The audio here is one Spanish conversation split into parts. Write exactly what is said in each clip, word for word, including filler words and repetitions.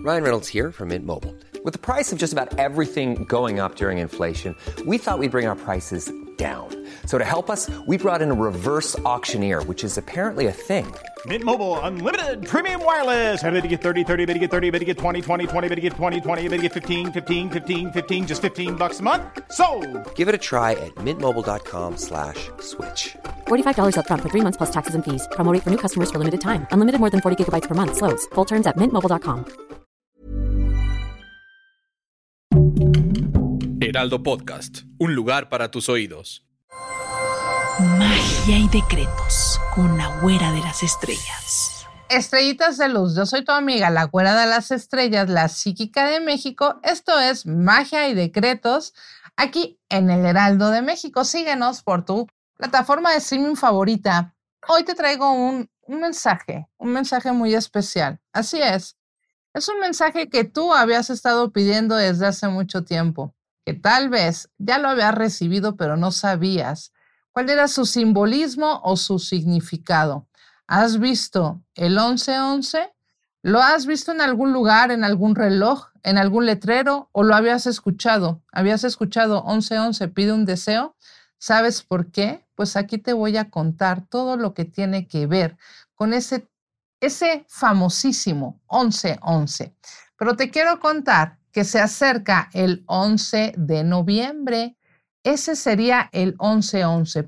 Ryan Reynolds here from Mint Mobile. With the price of just about everything going up during inflation, we thought we'd bring our prices down. So to help us, we brought in a reverse auctioneer, which is apparently a thing. Mint Mobile Unlimited Premium Wireless. How to get thirty, thirty, how to get thirty, how to get twenty, twenty, twenty, how to get twenty, twenty, how to get fifteen, fifteen, fifteen, fifteen, just fifteen bucks a month? Sold! Give it a try at mintmobile.com slash switch. forty-five dollars up front for three months plus taxes and fees. Promo rate for new customers for limited time. Unlimited more than forty gigabytes per month. Slows full terms at mint mobile dot com. Heraldo Podcast, un lugar para tus oídos. Magia y decretos con la Güera de las Estrellas. Estrellitas de luz, yo soy tu amiga, la Güera de las Estrellas, la psíquica de México. Esto es Magia y Decretos, aquí en el Heraldo de México. Síguenos por tu plataforma de streaming favorita. Hoy te traigo un, un mensaje, un mensaje muy especial. Así es, es un mensaje que tú habías estado pidiendo desde hace mucho tiempo, que tal vez ya lo habías recibido, pero no sabías cuál era su simbolismo o su significado. ¿Has visto el once once? ¿Lo has visto en algún lugar, en algún reloj, en algún letrero, o lo habías escuchado? ¿Habías escuchado once once, pide un deseo? ¿Sabes por qué? Pues aquí te voy a contar todo lo que tiene que ver con ese, ese famosísimo once once. Pero te quiero contar que se acerca el once de noviembre. Ese sería el once once.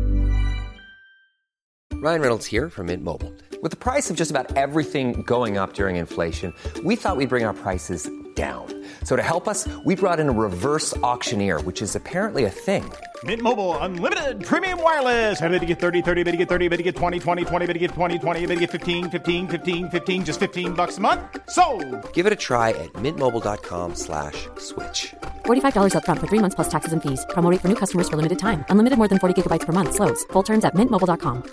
Ryan Reynolds here from Mint Mobile. With the price of just about everything going up during inflation, we thought we'd bring our prices down. So to help us, we brought in a reverse auctioneer, which is apparently a thing. Mint Mobile Unlimited Premium Wireless. How to get thirty, thirty, how to get thirty, how to get twenty, twenty, twenty, how to get twenty, twenty, how to get fifteen, fifteen, fifteen, fifteen, just fifteen bucks a month? Sold! Give it a try at mintmobile.com slash switch. forty-five dollars up front for three months plus taxes and fees. Promo rate for new customers for limited time. Unlimited more than forty gigabytes per month. Slows full terms at mint mobile dot com.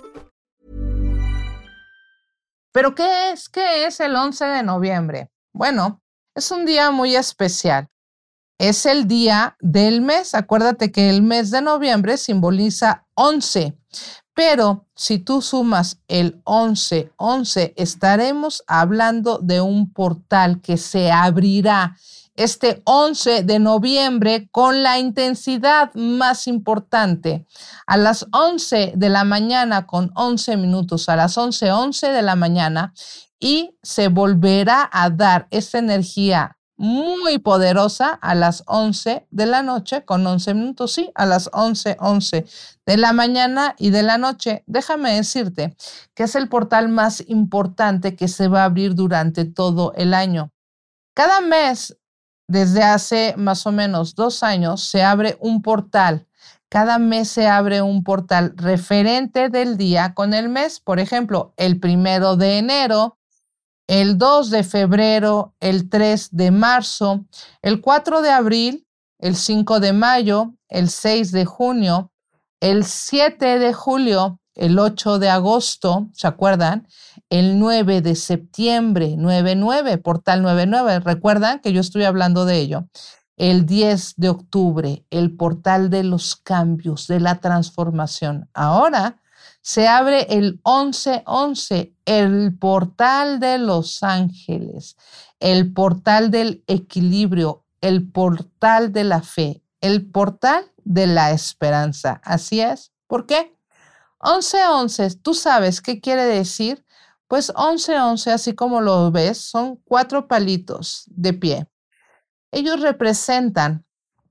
¿Pero qué es? ¿Qué es el once de noviembre? Bueno, es un día muy especial. Es el día del mes. Acuérdate que el mes de noviembre simboliza once. Pero si tú sumas el once once, estaremos hablando de un portal que se abrirá este once de noviembre con la intensidad más importante. A las once de la mañana con once minutos, a las once once de la mañana, y se volverá a dar esta energía muy poderosa a las once de la noche con once minutos, sí, a las once once de la mañana y de la noche. Déjame decirte que es el portal más importante que se va a abrir durante todo el año. Cada mes, desde hace más o menos dos años, se abre un portal. Cada mes se abre un portal referente del día con el mes. Por ejemplo, el primero de enero, el dos de febrero, el tres de marzo, el cuatro de abril, el cinco de mayo, el seis de junio, el siete de julio, el ocho de agosto, ¿se acuerdan? El nueve de septiembre, nueve nueve, portal nueve nueve, ¿recuerdan que yo estuve hablando de ello? El diez de octubre, el portal de los cambios, de la transformación. Ahora se abre el once once, el portal de los ángeles, el portal del equilibrio, el portal de la fe, el portal de la esperanza. Así es. ¿Por qué? once once, ¿tú sabes qué quiere decir? Pues once once, así como lo ves, son cuatro palitos de pie. Ellos representan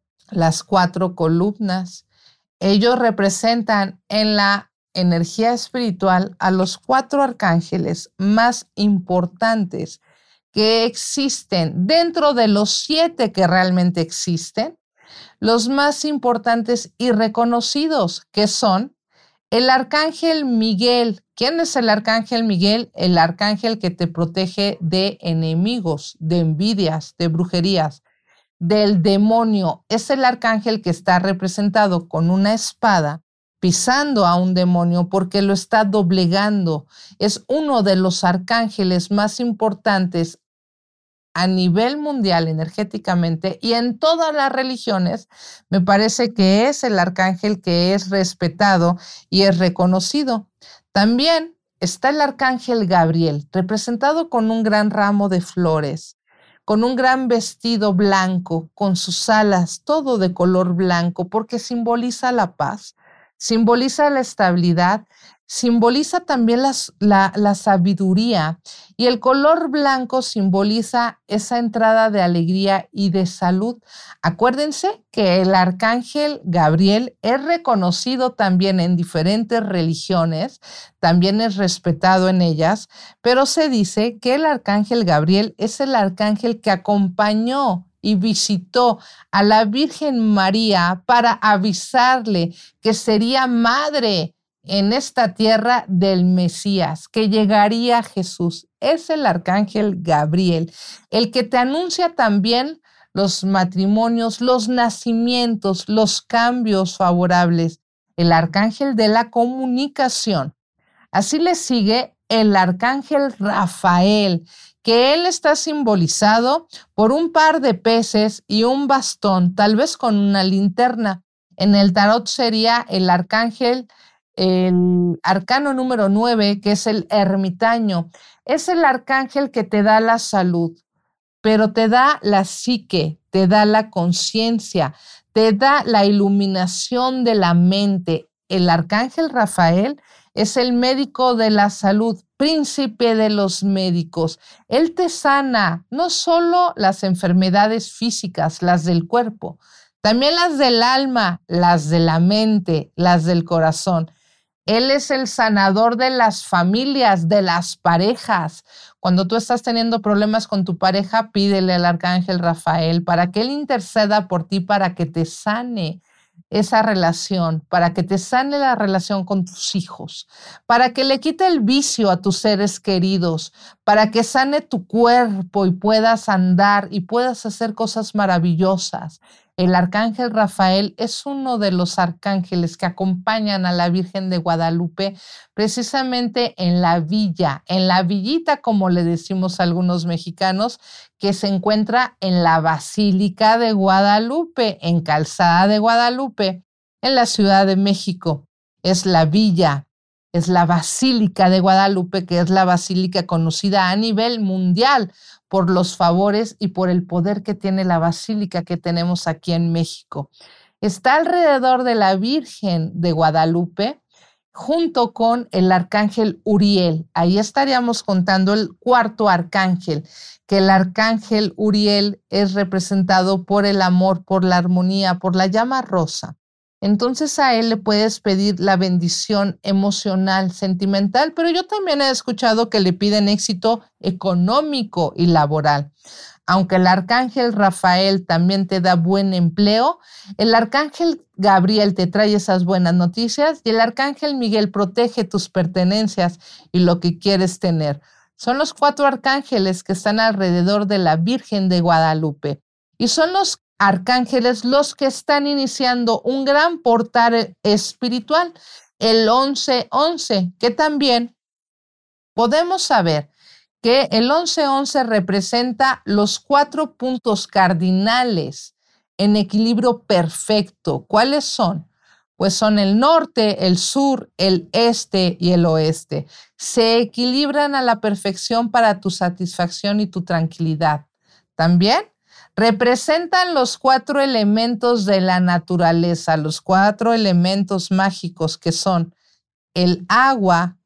las cuatro columnas. Ellos representan en la energía espiritual a los cuatro arcángeles más importantes que existen dentro de los siete que realmente existen. Los más importantes y reconocidos, que son el arcángel Miguel. ¿Quién es el arcángel Miguel? El arcángel que te protege de enemigos, de envidias, de brujerías, del demonio. Es el arcángel que está representado con una espada pisando a un demonio porque lo está doblegando. Es uno de los arcángeles más importantes a nivel mundial energéticamente y en todas las religiones. Me parece que es el arcángel que es respetado y es reconocido. También está el arcángel Gabriel, representado con un gran ramo de flores. con un gran vestido blanco, con sus alas, todo de color blanco, porque simboliza la paz, simboliza la estabilidad, simboliza también la, la, la sabiduría, y el color blanco simboliza esa entrada de alegría y de salud. Acuérdense que el arcángel Gabriel es reconocido también en diferentes religiones, también es respetado en ellas, pero se dice que el arcángel Gabriel es el arcángel que acompañó y visitó a la Virgen María para avisarle que sería madre en esta tierra del Mesías, que llegaría Jesús. Es el arcángel Gabriel, el que te anuncia también los matrimonios, los nacimientos, los cambios favorables. El arcángel de la comunicación. Así le sigue el arcángel Rafael, que él está simbolizado por un par de peces y un bastón, tal vez con una linterna. En el tarot sería el arcángel, el arcano número nueve, que es el ermitaño. Es el arcángel que te da la salud, pero te da la psique, te da la conciencia, te da la iluminación de la mente. El arcángel Rafael es el médico de la salud, príncipe de los médicos. Él te sana no solo las enfermedades físicas, las del cuerpo, también las del alma, las de la mente, las del corazón. Él es el sanador de las familias, de las parejas. Cuando tú estás teniendo problemas con tu pareja, pídele al arcángel Rafael para que él interceda por ti, para que te sane esa relación, para que te sane la relación con tus hijos, para que le quite el vicio a tus seres queridos, para que sane tu cuerpo y puedas andar y puedas hacer cosas maravillosas. El arcángel Rafael es uno de los arcángeles que acompañan a la Virgen de Guadalupe precisamente en la villa, en la villita, como le decimos a algunos mexicanos, que se encuentra en la Basílica de Guadalupe, en Calzada de Guadalupe, en la Ciudad de México. Es la villa, es la Basílica de Guadalupe, que es la basílica conocida a nivel mundial por los favores y por el poder que tiene la basílica que tenemos aquí en México. Está alrededor de la Virgen de Guadalupe, junto con el arcángel Uriel. Ahí estaríamos contando el cuarto arcángel, que el arcángel Uriel es representado por el amor, por la armonía, por la llama rosa. Entonces a él le puedes pedir la bendición emocional, sentimental, pero yo también he escuchado que le piden éxito económico y laboral. Aunque el arcángel Rafael también te da buen empleo, el arcángel Gabriel te trae esas buenas noticias y el arcángel Miguel protege tus pertenencias y lo que quieres tener. Son los cuatro arcángeles que están alrededor de la Virgen de Guadalupe y son los arcángeles los que están iniciando un gran portal espiritual, el once once, que también podemos saber que el once once representa los cuatro puntos cardinales en equilibrio perfecto. ¿Cuáles son? Pues son el norte, el sur, el este y el oeste. Se equilibran a la perfección para tu satisfacción y tu tranquilidad. También representan los cuatro elementos de la naturaleza, los cuatro elementos mágicos que son el agua,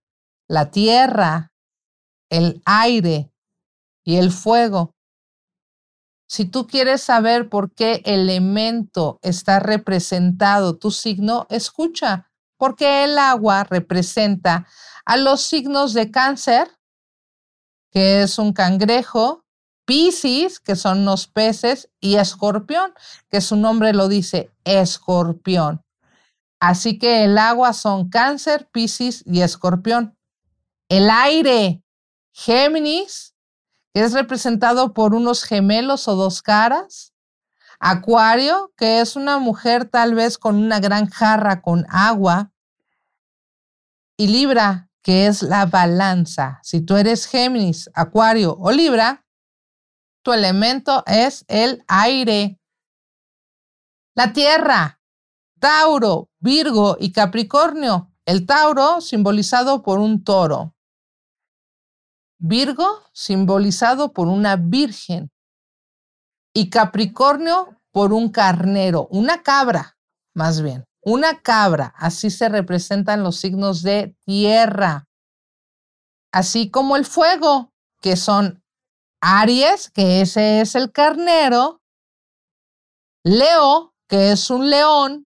la tierra, el aire y el fuego. Si tú quieres saber por qué elemento está representado tu signo, escucha, porque el agua representa a los signos de Cáncer, que es un cangrejo, Piscis, que son los peces, y Escorpión, que su nombre lo dice, Escorpión. Así que el agua son Cáncer, Piscis y Escorpión. El aire, Géminis, que es representado por unos gemelos o dos caras. Acuario, que es una mujer tal vez con una gran jarra con agua. Y Libra, que es la balanza. Si tú eres Géminis, Acuario o Libra, tu elemento es el aire. La tierra, Tauro, Virgo y Capricornio. El Tauro simbolizado por un toro. Virgo, simbolizado por una virgen, y Capricornio por un carnero, una cabra, más bien, una cabra. Así se representan los signos de tierra. Así como el fuego, que son Aries, que ese es el carnero, Leo, que es un león,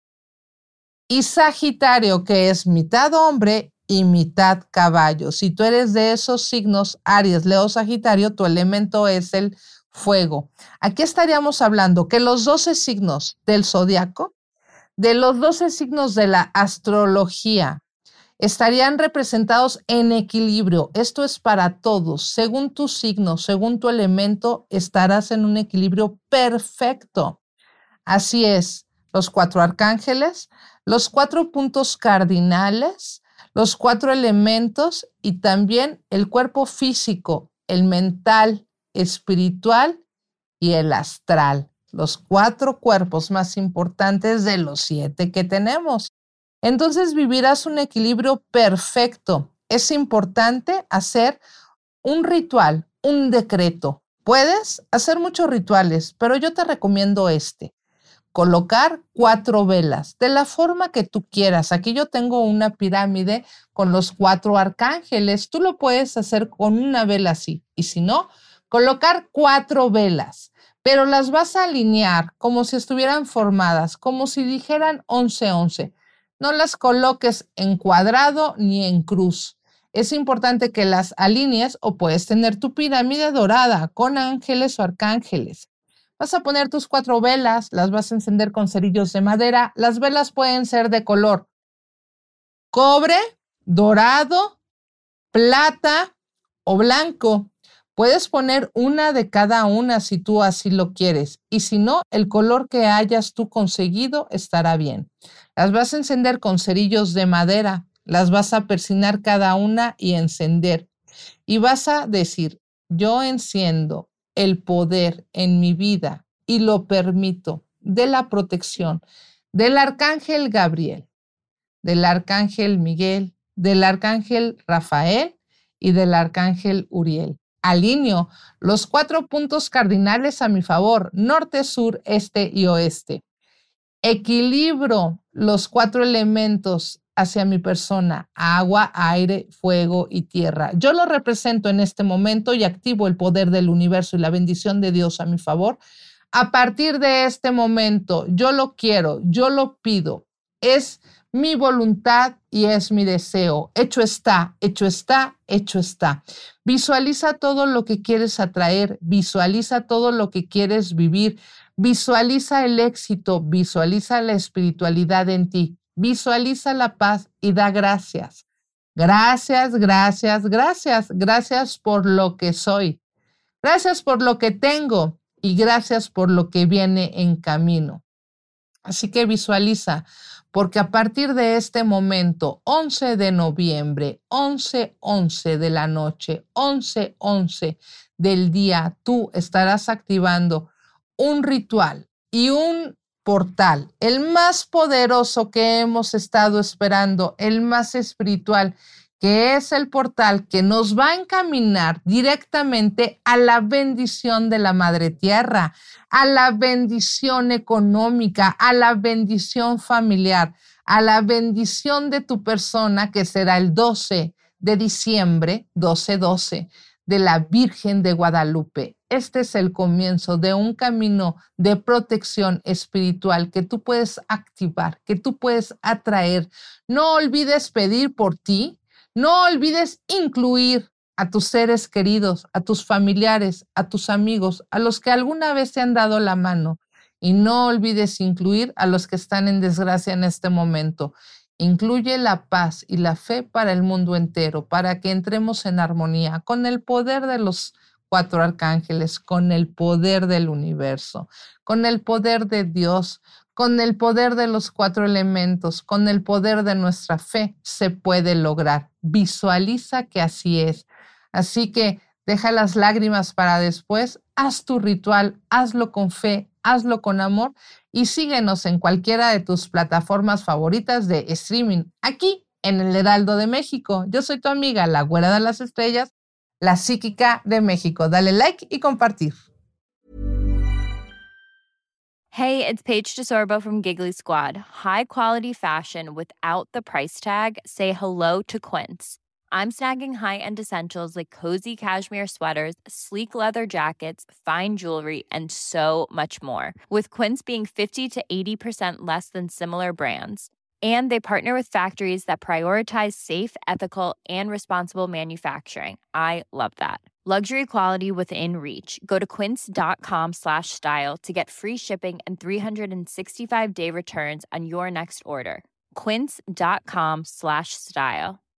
y Sagitario, que es mitad hombre y mitad caballo. Si tú eres de esos signos, Aries, Leo, Sagitario, tu elemento es el fuego. Aquí estaríamos hablando que los doce signos del zodiaco, de los doce signos de la astrología, estarían representados en equilibrio. Esto es para todos. Según tu signo, según tu elemento, estarás en un equilibrio perfecto. Así es, los cuatro arcángeles, los cuatro puntos cardinales, los cuatro elementos y también el cuerpo físico, el mental, espiritual y el astral. Los cuatro cuerpos más importantes de los siete que tenemos. Entonces vivirás un equilibrio perfecto. Es importante hacer un ritual, un decreto. Puedes hacer muchos rituales, pero yo te recomiendo este. Colocar cuatro velas de la forma que tú quieras. Aquí yo tengo una pirámide con los cuatro arcángeles. Tú lo puedes hacer con una vela así. Y si no, colocar cuatro velas. Pero las vas a alinear como si estuvieran formadas, como si dijeran once once. No las coloques en cuadrado ni en cruz. Es importante que las alinees o puedes tener tu pirámide dorada con ángeles o arcángeles. Vas a poner tus cuatro velas, las vas a encender con cerillos de madera. Las velas pueden ser de color cobre, dorado, plata o blanco. Puedes poner una de cada una si tú así lo quieres. Y si no, el color que hayas tú conseguido estará bien. Las vas a encender con cerillos de madera. Las vas a persignar cada una y encender. Y vas a decir, yo enciendo el poder en mi vida y lo permito de la protección del arcángel Gabriel, del arcángel Miguel, del arcángel Rafael y del arcángel Uriel. Alineo los cuatro puntos cardinales a mi favor, norte, sur, este y oeste. Equilibro los cuatro elementos hacia mi persona, agua, aire, fuego y tierra. Yo lo represento en este momento y activo el poder del universo y la bendición de Dios a mi favor. A partir de este momento, yo lo quiero, yo lo pido. Es mi voluntad y es mi deseo. Hecho está, hecho está, hecho está. Visualiza todo lo que quieres atraer, visualiza todo lo que quieres vivir, visualiza el éxito, visualiza la espiritualidad en ti. Visualiza la paz y da gracias. Gracias, gracias, gracias. Gracias por lo que soy. Gracias por lo que tengo y gracias por lo que viene en camino. Así que visualiza, porque a partir de este momento, once de noviembre, once once de la noche, once once del día, tú estarás activando un ritual y un portal, el más poderoso que hemos estado esperando, el más espiritual, que es el portal que nos va a encaminar directamente a la bendición de la Madre Tierra, a la bendición económica, a la bendición familiar, a la bendición de tu persona, que será el doce de diciembre, doce doce, de la Virgen de Guadalupe. Este es el comienzo de un camino de protección espiritual que tú puedes activar, que tú puedes atraer. No olvides pedir por ti, no olvides incluir a tus seres queridos, a tus familiares, a tus amigos, a los que alguna vez te han dado la mano. Y no olvides incluir a los que están en desgracia en este momento. Incluye la paz y la fe para el mundo entero, para que entremos en armonía con el poder de los cuatro arcángeles, con el poder del universo, con el poder de Dios, con el poder de los cuatro elementos, con el poder de nuestra fe, se puede lograr. Visualiza que así es. Así que deja las lágrimas para después, haz tu ritual, hazlo con fe, hazlo con amor y síguenos en cualquiera de tus plataformas favoritas de streaming, aquí en el Heraldo de México. Yo soy tu amiga, la Güera de las Estrellas, La Psíquica de México. Dale like y compartir. Hey, it's Paige DeSorbo from Giggly Squad. High quality fashion without the price tag. Say hello to Quince. I'm snagging high-end essentials like cozy cashmere sweaters, sleek leather jackets, fine jewelry, and so much more. With Quince being fifty to eighty percent less than similar brands. And they partner with factories that prioritize safe, ethical, and responsible manufacturing. I love that. Luxury quality within reach. Go to quince.com slash style to get free shipping and three sixty-five day returns on your next order. Quince.com slash style.